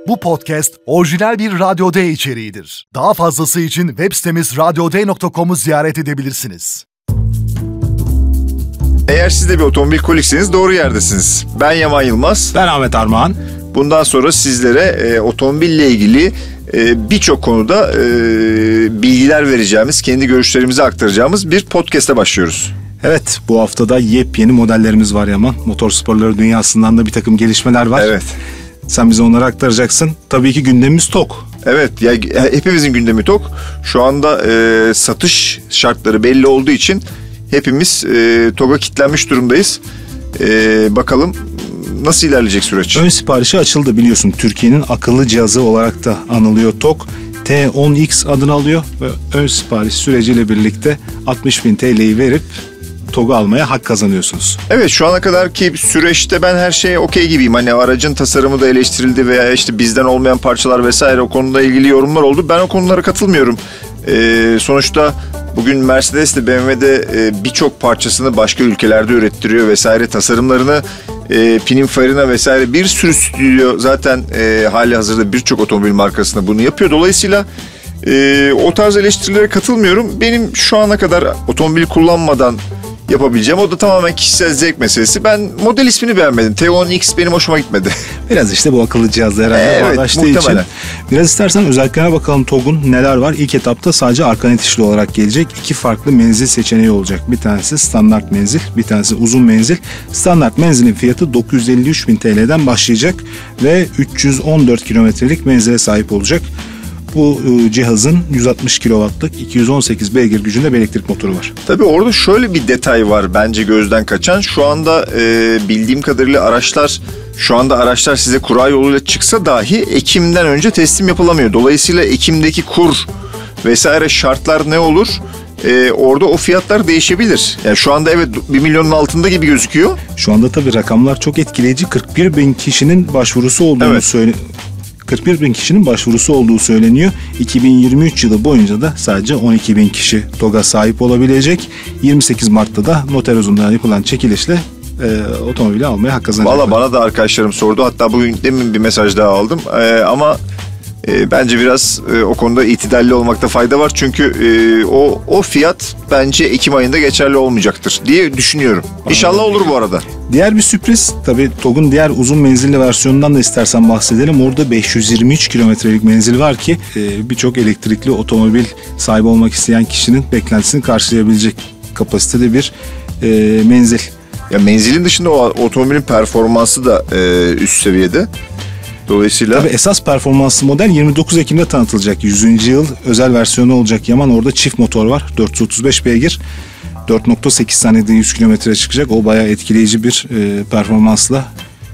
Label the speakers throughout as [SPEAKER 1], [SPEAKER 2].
[SPEAKER 1] Bu podcast orijinal bir Radyo D içeriğidir. Daha fazlası için web sitemiz radyoD.com'u ziyaret edebilirsiniz.
[SPEAKER 2] Eğer siz de bir otomobil kolikseniz doğru yerdesiniz. Ben Yaman Yılmaz.
[SPEAKER 3] Ben Ahmet Armağan.
[SPEAKER 2] Bundan sonra sizlere otomobille ilgili birçok konuda bilgiler vereceğimiz, kendi görüşlerimizi aktaracağımız bir podcast'e başlıyoruz.
[SPEAKER 3] Evet, bu haftada yepyeni modellerimiz var Yaman. Motorsporları dünyasından da bir takım gelişmeler var.
[SPEAKER 2] Evet.
[SPEAKER 3] Sen bize onları aktaracaksın. Tabii ki gündemimiz tok.
[SPEAKER 2] Evet, ya hepimizin gündemi tok. Şu anda satış şartları belli olduğu için hepimiz TOG'a kilitlenmiş durumdayız. Bakalım nasıl ilerleyecek süreç?
[SPEAKER 3] Ön siparişi açıldı biliyorsun. Türkiye'nin akıllı cihazı olarak da anılıyor TOG. T10X adını alıyor ve ön sipariş süreciyle birlikte 60.000 TL'yi verip TOG'u almaya hak kazanıyorsunuz.
[SPEAKER 2] Evet, şu ana kadarki süreçte ben her şeye okey gibiyim. Hani aracın tasarımı da eleştirildi veya işte bizden olmayan parçalar vesaire, o konuda ilgili yorumlar oldu. Ben o konulara katılmıyorum. Sonuçta bugün Mercedes de BMW'de birçok parçasını başka ülkelerde ürettiriyor vesaire, tasarımlarını Pininfarina vesaire bir sürü stüdyo zaten hali hazırda birçok otomobil markasında bunu yapıyor. Dolayısıyla o tarz eleştirilere katılmıyorum. Benim şu ana kadar otomobil kullanmadan yapabileceğim, o da tamamen kişisel zevk meselesi. Ben model ismini beğenmedim. T10X benim hoşuma gitmedi.
[SPEAKER 3] Biraz işte bu akıllı cihazla herhalde bağdaştığı için. Biraz istersen özelliklerine bakalım TOG'un neler var. İlk etapta sadece arka itişli olarak gelecek. 2 farklı menzil seçeneği olacak. Bir tanesi standart menzil, bir tanesi uzun menzil. Standart menzilin fiyatı 953.000 TL'den başlayacak ve 314 kilometrelik menzile sahip olacak. Bu cihazın 160 kW'lık 218 beygir gücünde bir elektrik motoru var.
[SPEAKER 2] Tabii orada şöyle bir detay var bence gözden kaçan. Şu anda bildiğim kadarıyla araçlar size kura yoluyla çıksa dahi Ekim'den önce teslim yapılamıyor. Dolayısıyla Ekim'deki kur vesaire şartlar ne olur? Orada o fiyatlar değişebilir. Yani şu anda evet 1 milyonun altında gibi gözüküyor.
[SPEAKER 3] Şu anda tabii rakamlar çok etkileyici. 41.000 kişinin başvurusu olduğunu söylüyor. 41.000 kişinin başvurusu olduğu söyleniyor. 2023 yılı boyunca da sadece 12.000 kişi TOG'a sahip olabilecek. 28 Mart'ta da noter huzurunda yapılan çekilişle otomobili almaya hak kazanacaklar. Valla
[SPEAKER 2] bana da arkadaşlarım sordu. Hatta bugün demin bir mesaj daha aldım. Ama bence biraz o konuda itidalli olmakta fayda var. Çünkü o fiyat bence Ekim ayında geçerli olmayacaktır diye düşünüyorum. İnşallah olur bu arada.
[SPEAKER 3] Diğer bir sürpriz tabii TOG'un diğer uzun menzilli versiyonundan da istersen bahsedelim. Orada 523 kilometrelik menzil var ki birçok elektrikli otomobil sahibi olmak isteyen kişinin beklentisini karşılayabilecek kapasitede bir menzil.
[SPEAKER 2] Ya menzilin dışında o otomobilin performansı da üst seviyede. Dolayısıyla...
[SPEAKER 3] Tabii esas performanslı model 29 Ekim'de tanıtılacak. 100. yıl özel versiyonu olacak Yaman. Orada çift motor var. 435 beygir. 4.8 saniyede 100 kilometre çıkacak. O bayağı etkileyici bir performansla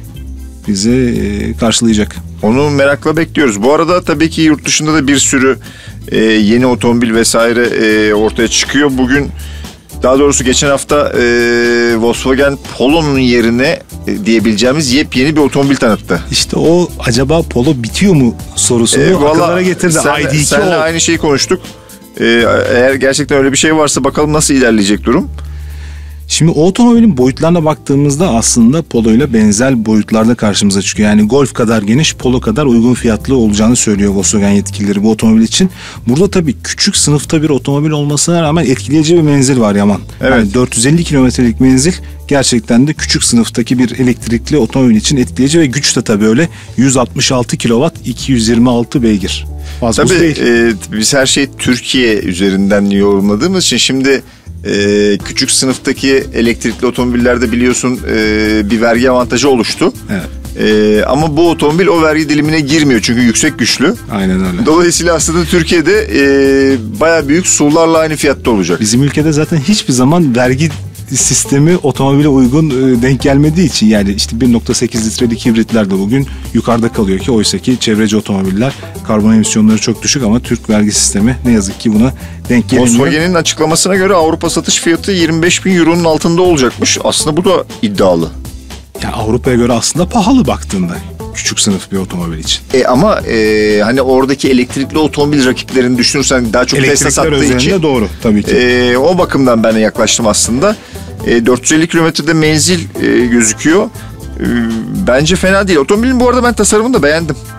[SPEAKER 3] bizi karşılayacak.
[SPEAKER 2] Onu merakla bekliyoruz. Bu arada tabii ki yurt dışında da bir sürü yeni otomobil vesaire ortaya çıkıyor. Daha doğrusu geçen hafta Volkswagen Polo'nun yerine diyebileceğimiz yepyeni bir otomobil tanıttı.
[SPEAKER 3] İşte o acaba Polo bitiyor mu sorusunu akıllara getirdi.
[SPEAKER 2] Seninle aynı şeyi konuştuk. Eğer gerçekten öyle bir şey varsa bakalım nasıl ilerleyecek durum.
[SPEAKER 3] Şimdi o otomobilin boyutlarına baktığımızda aslında Polo ile benzer boyutlarda karşımıza çıkıyor. Yani Golf kadar geniş, Polo kadar uygun fiyatlı olacağını söylüyor Volkswagen yetkilileri bu otomobil için. Burada tabii küçük sınıfta bir otomobil olmasına rağmen etkileyici bir menzil var Yaman.
[SPEAKER 2] Evet.
[SPEAKER 3] Yani 450 kilometrelik menzil gerçekten de küçük sınıftaki bir elektrikli otomobil için etkileyici ve güç de tabii öyle. 166 kW, 226 beygir.
[SPEAKER 2] Tabii biz her şeyi Türkiye üzerinden yorumladığımız için şimdi küçük sınıftaki elektrikli otomobillerde biliyorsun bir vergi avantajı oluştu.
[SPEAKER 3] Evet.
[SPEAKER 2] Ama bu otomobil o vergi dilimine girmiyor çünkü yüksek güçlü.
[SPEAKER 3] Aynen öyle.
[SPEAKER 2] Dolayısıyla aslında Türkiye'de bayağı büyük SUV'larla aynı fiyatta olacak.
[SPEAKER 3] Bizim ülkede zaten hiçbir zaman vergi sistemi otomobile uygun denk gelmediği için yani işte 1.8 litrelik hibritler de bugün yukarıda kalıyor ki oysa ki çevreci otomobiller karbon emisyonları çok düşük ama Türk vergi sistemi ne yazık ki buna denk gelmiyor.
[SPEAKER 2] Volkswagen'in açıklamasına göre Avrupa satış fiyatı 25.000 Euro'nun altında olacakmış. Aslında bu da iddialı.
[SPEAKER 3] Yani Avrupa'ya göre aslında pahalı baktığında küçük sınıf bir otomobil için.
[SPEAKER 2] Ama hani oradaki elektrikli otomobil rakiplerini düşünürsen daha çok Tesla sattığı için.
[SPEAKER 3] Doğru tabii ki.
[SPEAKER 2] O bakımdan ben yaklaştım aslında. 450 kilometrede menzil gözüküyor. Bence fena değil. Otomobilin bu arada ben tasarımını da beğendim.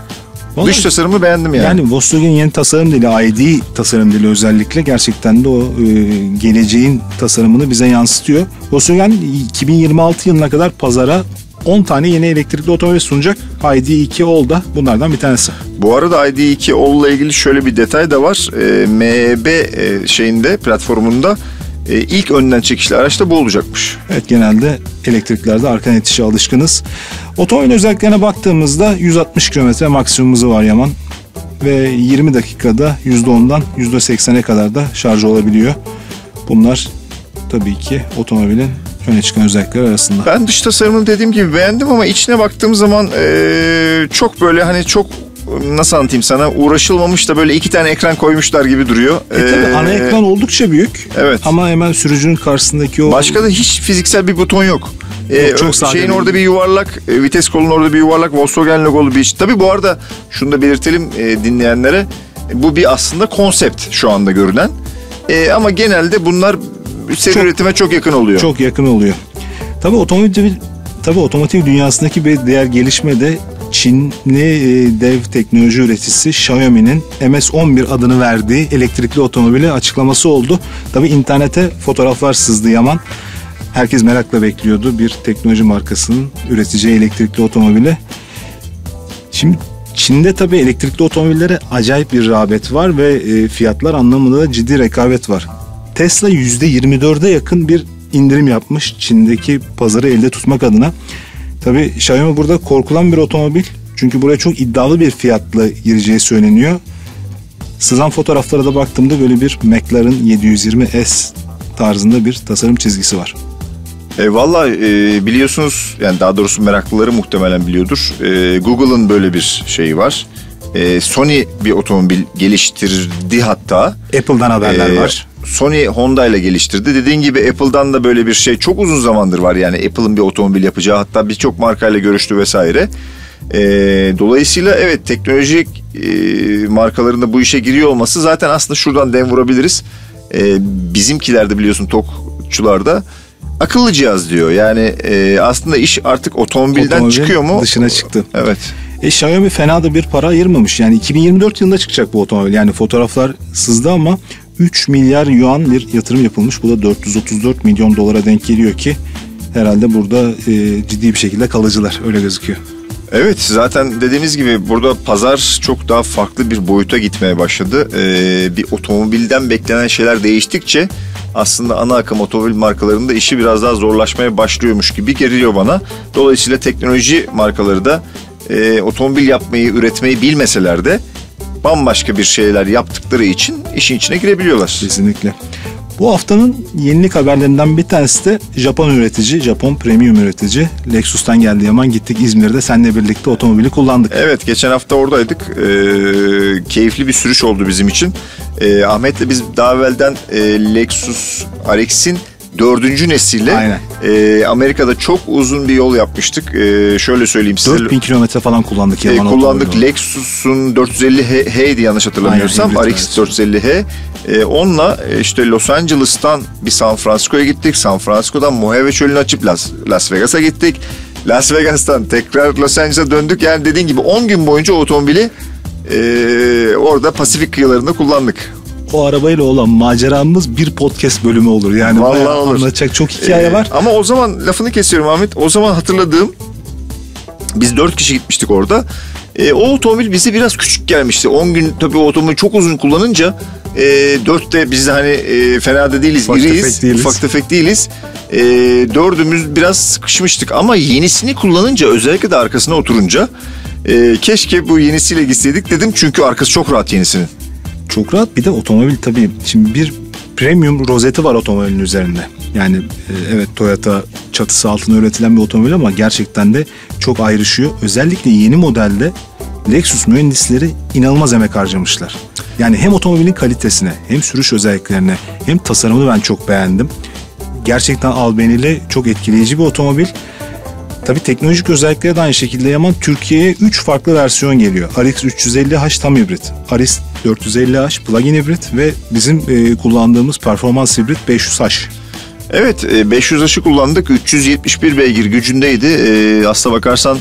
[SPEAKER 2] Vallahi, dış tasarımı beğendim yani.
[SPEAKER 3] Yani Volkswagen yeni tasarım dili, ID tasarım dili özellikle gerçekten de o geleceğin tasarımını bize yansıtıyor. Volkswagen 2026 yılına kadar pazara 10 tane yeni elektrikli otomobil sunacak. ID.2 All da bunlardan bir tanesi.
[SPEAKER 2] Bu arada ID.2 All'la ilgili şöyle bir detay da var. MEB platformunda ilk önden çekişli araçta bu olacakmış.
[SPEAKER 3] Evet, genelde elektriklerde arkadan yetişe alışkınız. Otomobil özelliklerine baktığımızda 160 km maksimum hızı var Yaman. Ve 20 dakikada %10'dan %80'e kadar da şarj olabiliyor. Bunlar tabii ki otomobilin öne çıkan özellikler arasında.
[SPEAKER 2] Ben dış tasarımını dediğim gibi beğendim ama içine baktığım zaman çok böyle hani çok nasıl anlatayım sana, uğraşılmamış da böyle 2 tane ekran koymuşlar gibi duruyor.
[SPEAKER 3] Tabii ana ekran oldukça büyük.
[SPEAKER 2] Evet.
[SPEAKER 3] Ama hemen sürücünün karşısındaki o...
[SPEAKER 2] Başka da hiç fiziksel bir buton yok.
[SPEAKER 3] Çok sade.
[SPEAKER 2] Şeyin orada bir yuvarlak, vites kolunun orada bir yuvarlak Volkswagen logolu bir iş. Tabii bu arada şunu da belirtelim dinleyenlere. Bu bir aslında konsept şu anda görülen. Ama genelde bunlar seri üretime çok yakın oluyor.
[SPEAKER 3] Çok yakın oluyor. Tabii otomotiv dünyasındaki bir diğer gelişme de Çinli dev teknoloji üreticisi Xiaomi'nin MS11 adını verdiği elektrikli otomobili açıklaması oldu. Tabii internete fotoğraflar sızdı Yaman. Herkes merakla bekliyordu bir teknoloji markasının üreteceği elektrikli otomobili. Şimdi Çin'de tabii elektrikli otomobillere acayip bir rağbet var ve fiyatlar anlamında da ciddi rekabet var. Tesla %24'e yakın bir indirim yapmış Çin'deki pazarı elde tutmak adına. Tabii Xiaomi burada korkulan bir otomobil. Çünkü buraya çok iddialı bir fiyatla gireceği söyleniyor. Sızan fotoğraflara da baktığımda böyle bir McLaren 720S tarzında bir tasarım çizgisi var.
[SPEAKER 2] Vallahi biliyorsunuz, yani daha doğrusu meraklıları muhtemelen biliyordur. Google'ın böyle bir şeyi var. Sony bir otomobil geliştirdi hatta.
[SPEAKER 3] Apple'dan haberler var.
[SPEAKER 2] Sony Honda ile geliştirdi. Dediğin gibi Apple'dan da böyle bir şey çok uzun zamandır var. Yani Apple'ın bir otomobil yapacağı, hatta birçok markayla görüştü vesaire. Dolayısıyla evet, teknolojik markalarında bu işe giriyor olması zaten aslında şuradan dem vurabiliriz. Bizimkilerde biliyorsun, TOG'çularda akıllı cihaz diyor. Yani aslında iş artık otomobilden çıkıyor mu?
[SPEAKER 3] Dışına çıktı.
[SPEAKER 2] Evet.
[SPEAKER 3] Xiaomi fena da bir para ayırmamış. Yani 2024 yılında çıkacak bu otomobil. Yani fotoğraflar sızdı ama 3 milyar yuan bir yatırım yapılmış. Bu da 434 milyon dolara denk geliyor ki herhalde burada ciddi bir şekilde kalıcılar, öyle gözüküyor.
[SPEAKER 2] Evet, zaten dediğimiz gibi burada pazar çok daha farklı bir boyuta gitmeye başladı. Bir otomobilden beklenen şeyler değiştikçe aslında ana akım otomobil markalarında işi biraz daha zorlaşmaya başlıyormuş gibi geliyor bana. Dolayısıyla teknoloji markaları da otomobil yapmayı, üretmeyi bilmeseler de bambaşka bir şeyler yaptıkları için işin içine girebiliyorlar.
[SPEAKER 3] Kesinlikle. Bu haftanın yenilik haberlerinden bir tanesi de Japon üretici, Japon premium üretici Lexus'tan geldi Yaman. Gittik İzmir'de seninle birlikte otomobili kullandık.
[SPEAKER 2] Evet, geçen hafta oradaydık. Keyifli bir sürüş oldu bizim için. Ahmet'le biz daha evvelden Lexus RX'in 4. nesili Amerika'da çok uzun bir yol yapmıştık. Şöyle söyleyeyim size.
[SPEAKER 3] 4000 kilometre falan kullandık Yaman.
[SPEAKER 2] Kullandık. Lexus'un 450H'ydi yanlış hatırlamıyorsam. RX 450H. Onunla işte Los Angeles'tan bir San Francisco'ya gittik. San Francisco'dan Mojave Çölü'nü açıp Las Vegas'a gittik. Las Vegas'tan tekrar Los Angeles'a döndük. Yani dediğin gibi 10 gün boyunca otomobili orada Pasifik kıyılarında kullandık.
[SPEAKER 3] O arabayla olan maceramız bir podcast bölümü olur. Yani
[SPEAKER 2] vallahi olur.
[SPEAKER 3] Anlatacak çok hikaye var.
[SPEAKER 2] Ama o zaman lafını kesiyorum Ahmet. O zaman hatırladığım, biz 4 kişi gitmiştik orada. O otomobil bize biraz küçük gelmişti. 10 gün tabii o otomobili çok uzun kullanınca 4'te biz de hani fena da değiliz, iriyiz. Ufak tefek değiliz. 4'ümüz biraz sıkışmıştık ama yenisini kullanınca, özellikle de arkasına oturunca keşke bu yenisiyle gitseydik dedim. Çünkü arkası çok rahat yenisinin.
[SPEAKER 3] Çok rahat, bir de otomobil tabii. Şimdi bir premium rozeti var otomobilin üzerinde. Yani evet, Toyota çatısı altında üretilen bir otomobil ama gerçekten de çok ayrışıyor. Özellikle yeni modelde Lexus mühendisleri inanılmaz emek harcamışlar. Yani hem otomobilin kalitesine, hem sürüş özelliklerine, hem tasarımını ben çok beğendim. Gerçekten albenili, çok etkileyici bir otomobil. Tabii teknolojik özellikleri de aynı şekilde Yaman. Türkiye'ye 3 farklı versiyon geliyor. RX 350H tam hibrit, RX 450H plug-in hibrit ve bizim kullandığımız performans hibrit 500H.
[SPEAKER 2] Evet, 500H'ı kullandık. 371 beygir gücündeydi. Aslına bakarsan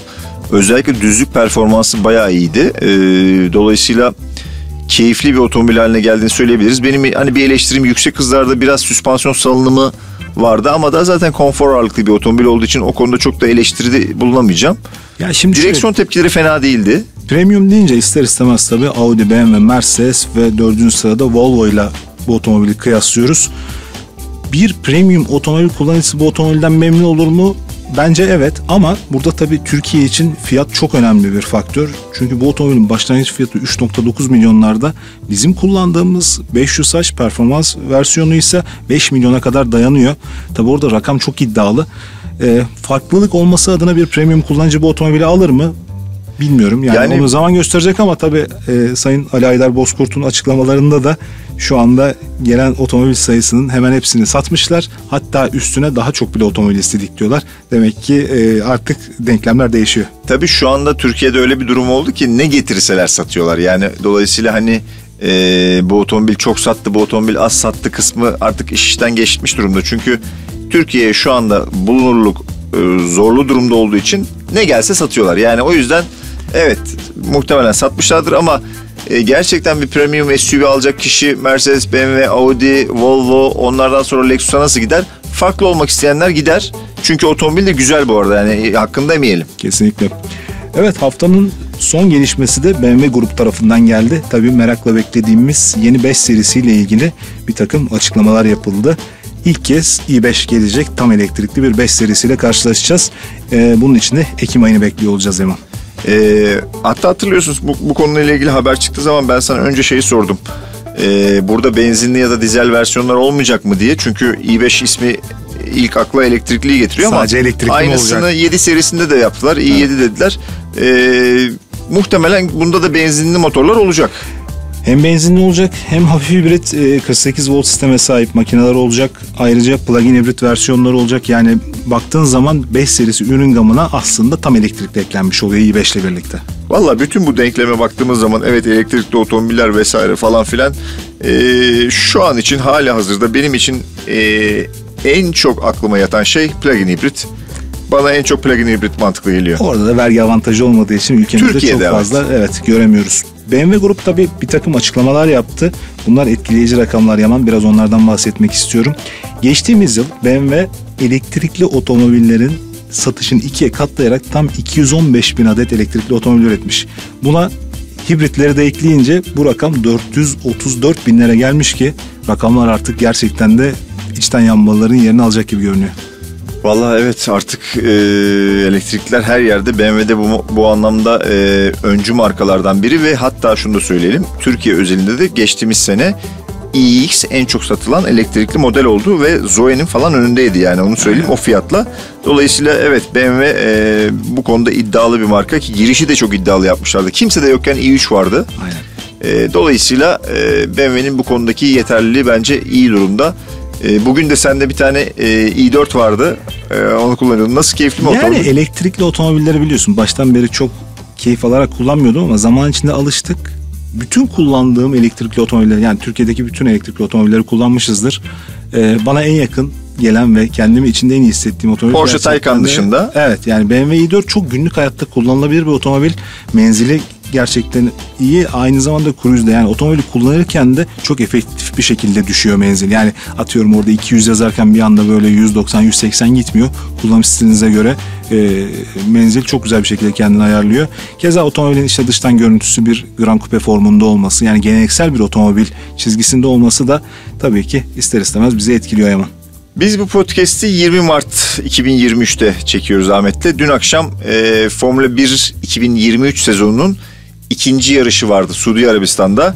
[SPEAKER 2] Özellikle düzlük performansı bayağı iyiydi. Dolayısıyla keyifli bir otomobil haline geldiğini söyleyebiliriz. Benim hani bir eleştirim, yüksek hızlarda biraz süspansiyon salınımı vardı ama da zaten konfor ağırlıklı bir otomobil olduğu için o konuda çok da eleştiride bulunamayacağım.
[SPEAKER 3] Ya şimdi
[SPEAKER 2] direksiyon tepkileri fena değildi.
[SPEAKER 3] Premium deyince ister istemez tabii Audi, BMW, Mercedes ve 4. sırada Volvo ile bu otomobili kıyaslıyoruz. Bir premium otomobil kullanıcısı bu otomobilden memnun olur mu? Bence evet, ama burada tabii Türkiye için fiyat çok önemli bir faktör. Çünkü bu otomobilin başlangıç fiyatı 3.9 milyonlarda. Bizim kullandığımız 500H performans versiyonu ise 5 milyona kadar dayanıyor. Tabii orada rakam çok iddialı. Farklılık olması adına bir premium kullanıcı bu otomobili alır mı? Bilmiyorum. Yani onu zaman gösterecek ama tabii Sayın Ali Aydar Bozkurt'un açıklamalarında da şu anda gelen otomobil sayısının hemen hepsini satmışlar. Hatta üstüne daha çok bile otomobil istedik diyorlar. Demek ki artık denklemler değişiyor.
[SPEAKER 2] Tabii şu anda Türkiye'de öyle bir durum oldu ki ne getirseler satıyorlar. Yani dolayısıyla hani bu otomobil çok sattı, bu otomobil az sattı kısmı artık işten geçmiş durumda. Çünkü Türkiye şu anda bulunurluk zorlu durumda olduğu için ne gelse satıyorlar. Yani o yüzden evet muhtemelen satmışlardır ama gerçekten bir premium SUV alacak kişi Mercedes, BMW, Audi, Volvo, onlardan sonra Lexus'a nasıl gider? Farklı olmak isteyenler gider. Çünkü otomobil de güzel bu arada, yani hakkında demeyelim.
[SPEAKER 3] Kesinlikle. Evet, haftanın son gelişmesi de BMW Grup tarafından geldi. Tabii merakla beklediğimiz yeni 5 serisiyle ilgili bir takım açıklamalar yapıldı. İlk kez i5 gelecek, tam elektrikli bir 5 serisiyle karşılaşacağız. Bunun için de Ekim ayını bekliyor olacağız Eman.
[SPEAKER 2] Hatta hatırlıyorsunuz bu konuyla ilgili haber çıktığı zaman ben sana önce şeyi sordum. Burada benzinli ya da dizel versiyonlar olmayacak mı diye. Çünkü i5 ismi ilk akla elektrikliyi getiriyor.
[SPEAKER 3] Sadece ama elektrikli
[SPEAKER 2] aynısını 7 serisinde de yaptılar. i7 evet. Dediler. Muhtemelen bunda da benzinli motorlar olacak.
[SPEAKER 3] Hem benzinli olacak hem hafif hibrit 48 volt sisteme sahip makineler olacak. Ayrıca plug-in hibrit versiyonları olacak. Yani baktığın zaman 5 serisi ürün gamına aslında tam elektrikli eklenmiş oluyor i5 ile birlikte.
[SPEAKER 2] Valla bütün bu denkleme baktığımız zaman evet elektrikli otomobiller vesaire falan filan şu an için hali hazırda benim için en çok aklıma yatan şey plug-in hibrit. Bana en çok plug-in hibrit mantıklı geliyor.
[SPEAKER 3] Orada da vergi avantajı olmadığı için ülkemizde
[SPEAKER 2] Türkiye'de
[SPEAKER 3] çok fazla evet göremiyoruz. BMW Grup tabii bir takım açıklamalar yaptı. Bunlar etkileyici rakamlar Yaman. Biraz onlardan bahsetmek istiyorum. Geçtiğimiz yıl BMW elektrikli otomobillerin satışını 2'ye katlayarak tam 215 bin adet elektrikli otomobil üretmiş. Buna hibritleri de ekleyince bu rakam 434 binlere gelmiş ki rakamlar artık gerçekten de içten yanmaların yerini alacak gibi görünüyor.
[SPEAKER 2] Vallahi evet artık elektrikliler her yerde. BMW'de bu anlamda öncü markalardan biri ve hatta şunu da söyleyelim. Türkiye özelinde de geçtiğimiz sene iX en çok satılan elektrikli model oldu ve Zoe'nin falan önündeydi, yani onu söyleyeyim o fiyatla. Dolayısıyla evet BMW bu konuda iddialı bir marka ki girişi de çok iddialı yapmışlardı. Kimse de yokken i3 vardı.
[SPEAKER 3] Aynen.
[SPEAKER 2] Dolayısıyla BMW'nin bu konudaki yeterliliği bence iyi durumda. Bugün de sende bir tane i4 vardı. Onu kullanıyordun. Nasıl, keyifli mi otomobil?
[SPEAKER 3] Yani elektrikli otomobilleri biliyorsun baştan beri çok keyif alarak kullanmıyordum ama zaman içinde alıştık. Bütün kullandığım elektrikli otomobilleri, yani Türkiye'deki bütün elektrikli otomobilleri kullanmışızdır. Bana en yakın gelen ve kendimi içinde en iyi hissettiğim otomobil
[SPEAKER 2] Porsche Taycan dışında.
[SPEAKER 3] Evet, yani BMW i4 çok günlük hayatta kullanılabilir bir otomobil. Menzili gerçekten iyi. Aynı zamanda cruise'de, yani otomobili kullanırken de çok efektif bir şekilde düşüyor menzil. Yani atıyorum orada 200 yazarken bir anda böyle 190-180 gitmiyor. Kullanım stilinize göre menzil çok güzel bir şekilde kendini ayarlıyor. Keza otomobilin işte dıştan görüntüsü bir Grand Coupe formunda olması, yani geleneksel bir otomobil çizgisinde olması da tabii ki ister istemez bizi etkiliyor Yaman.
[SPEAKER 2] Biz bu podcast'i 20 Mart 2023'te çekiyoruz Ahmet'le. Dün akşam Formula 1 2023 sezonunun ikinci yarışı vardı Suudi Arabistan'da.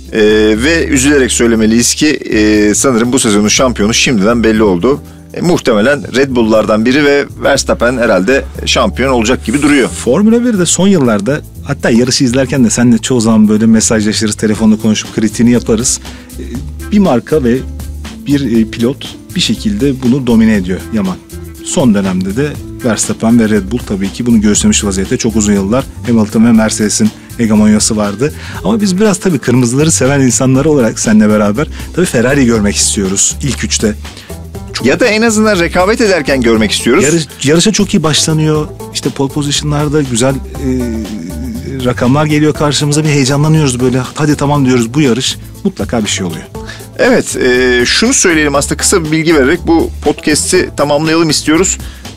[SPEAKER 2] Ve üzülerek söylemeliyiz ki sanırım bu sezonun şampiyonu şimdiden belli oldu. Muhtemelen Red Bull'lardan biri ve Verstappen herhalde şampiyon olacak gibi duruyor.
[SPEAKER 3] Formula 1'de son yıllarda, hatta yarışı izlerken de seninle çoğu zaman böyle mesajlaşırız, telefonda konuşup kritiğini yaparız. Bir marka ve bir pilot bir şekilde bunu domine ediyor Yaman. Son dönemde de Verstappen ve Red Bull tabii ki bunu göstermiş vaziyette. Çok uzun yıllar Hamilton ve Mercedes'in hegemonyası vardı. Ama biz biraz tabii kırmızıları seven insanlar olarak seninle beraber tabii Ferrari görmek istiyoruz ilk üçte.
[SPEAKER 2] Ya da en azından rekabet ederken görmek istiyoruz.
[SPEAKER 3] Yarışa çok iyi başlanıyor. İşte pole position'larda güzel rakamlar geliyor karşımıza, bir heyecanlanıyoruz böyle. Hadi tamam diyoruz, bu yarış mutlaka bir şey oluyor.
[SPEAKER 2] Evet, şunu söyleyelim aslında, kısa bir bilgi vererek bu podcast'i tamamlayalım istiyoruz.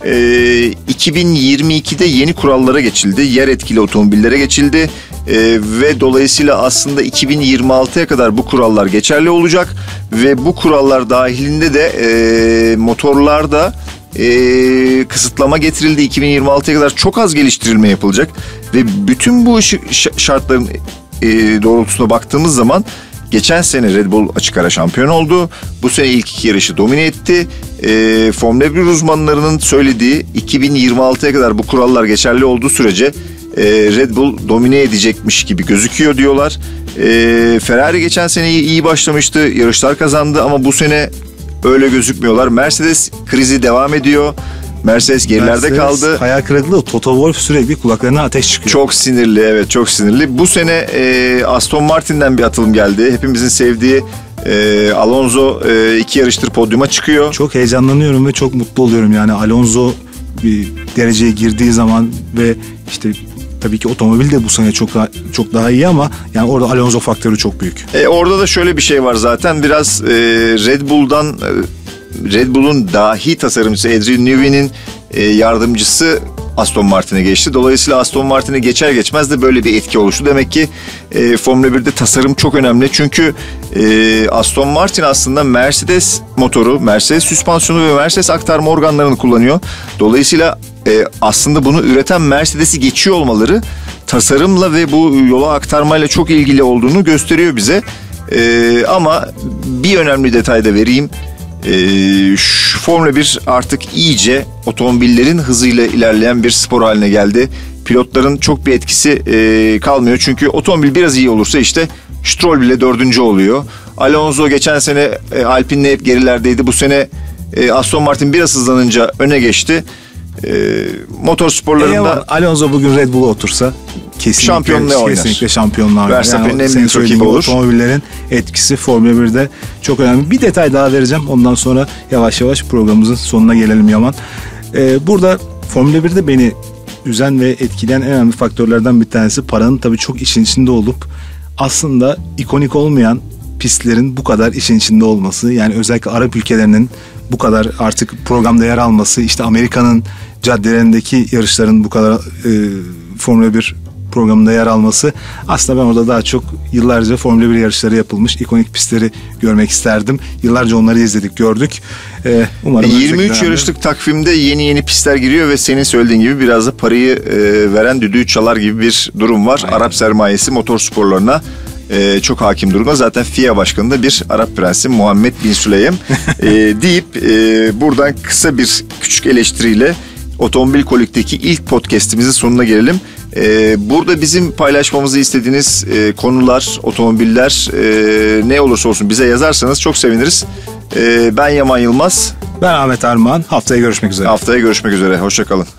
[SPEAKER 2] 2022'de yeni kurallara geçildi. Yer etkili otomobillere geçildi. Ve dolayısıyla aslında 2026'ya kadar bu kurallar geçerli olacak. Ve bu kurallar dahilinde de motorlarda kısıtlama getirildi. 2026'ya kadar çok az geliştirilme yapılacak. Ve bütün bu şartların doğrultusuna baktığımız zaman geçen sene Red Bull açık ara şampiyon oldu. Bu sene ilk iki yarışı domine etti. Formula 1 uzmanlarının söylediği 2026'ya kadar bu kurallar geçerli olduğu sürece Red Bull domine edecekmiş gibi gözüküyor diyorlar. Ferrari geçen sene iyi başlamıştı. Yarışlar kazandı ama bu sene öyle gözükmüyorlar. Mercedes krizi devam ediyor. Mercedes gerilerde kaldı.
[SPEAKER 3] Hayal kırıklığı. Toto Wolff sürekli kulaklarına ateş çıkıyor.
[SPEAKER 2] Çok sinirli, evet, çok sinirli. Bu sene Aston Martin'den bir atılım geldi. Hepimizin sevdiği Alonso 2 yarıştır podyuma çıkıyor.
[SPEAKER 3] Çok heyecanlanıyorum ve çok mutlu oluyorum. Yani Alonso bir dereceye girdiği zaman ve işte tabii ki otomobil de bu sene çok daha iyi ama yani orada Alonso faktörü çok büyük.
[SPEAKER 2] Orada da şöyle bir şey var zaten. Biraz Red Bull'un dahi tasarımcısı Adrian Newey'nin yardımcısı Aston Martin'e geçti. Dolayısıyla Aston Martin'e geçer geçmez de böyle bir etki oluştu. Demek ki Formula 1'de tasarım çok önemli. Çünkü Aston Martin aslında Mercedes motoru, Mercedes süspansiyonu ve Mercedes aktarma organlarını kullanıyor. Dolayısıyla aslında bunu üreten Mercedes'i geçiyor olmaları tasarımla ve bu yola aktarmayla çok ilgili olduğunu gösteriyor bize. Ama bir önemli detay da vereyim. Formula 1 artık iyice otomobillerin hızıyla ilerleyen bir spor haline geldi. Pilotların çok bir etkisi kalmıyor. Çünkü otomobil biraz iyi olursa işte Stroll bile 4. oluyor. Alonso geçen sene Alpine'le hep gerilerdeydi. Bu sene Aston Martin biraz hızlanınca öne geçti. Motor sporlarında
[SPEAKER 3] Alonso bugün Red Bull'a otursa
[SPEAKER 2] kesinlikle
[SPEAKER 3] şampiyonluğa oynar.
[SPEAKER 2] Verstappen'in en büyük rakibi olur.
[SPEAKER 3] Otomobillerin etkisi Formula 1'de çok önemli. Bir detay daha vereceğim. Ondan sonra yavaş yavaş programımızın sonuna gelelim Yaman. Burada Formula 1'de beni üzen ve etkileyen en önemli faktörlerden bir tanesi paranın tabii çok işin içinde olup aslında ikonik olmayan pistlerin bu kadar işin içinde olması. Yani özellikle Arap ülkelerinin bu kadar artık programda yer alması, işte Amerika'nın caddelerindeki yarışların bu kadar Formula 1 programında yer alması. Aslında ben orada daha çok yıllarca Formula 1 yarışları yapılmış ikonik pistleri görmek isterdim. Yıllarca onları izledik, gördük.
[SPEAKER 2] Umarım 23 yarışlık takvimde yeni pistler giriyor ve senin söylediğin gibi biraz da parayı veren düdüğü çalar gibi bir durum var. Aynen. Arap sermayesi motor sporlarına çok hakim durumda. Zaten FIA başkanı da bir Arap prensi Muhammed Bin Süleym deyip buradan kısa bir küçük eleştiriyle Otomobil Kolik'teki ilk podcast'imizin sonuna gelelim. Burada bizim paylaşmamızı istediğiniz konular, otomobiller ne olursa olsun bize yazarsanız çok seviniriz. Ben Yaman Yılmaz.
[SPEAKER 3] Ben Ahmet Armağan. Haftaya görüşmek üzere.
[SPEAKER 2] Hoşça kalın.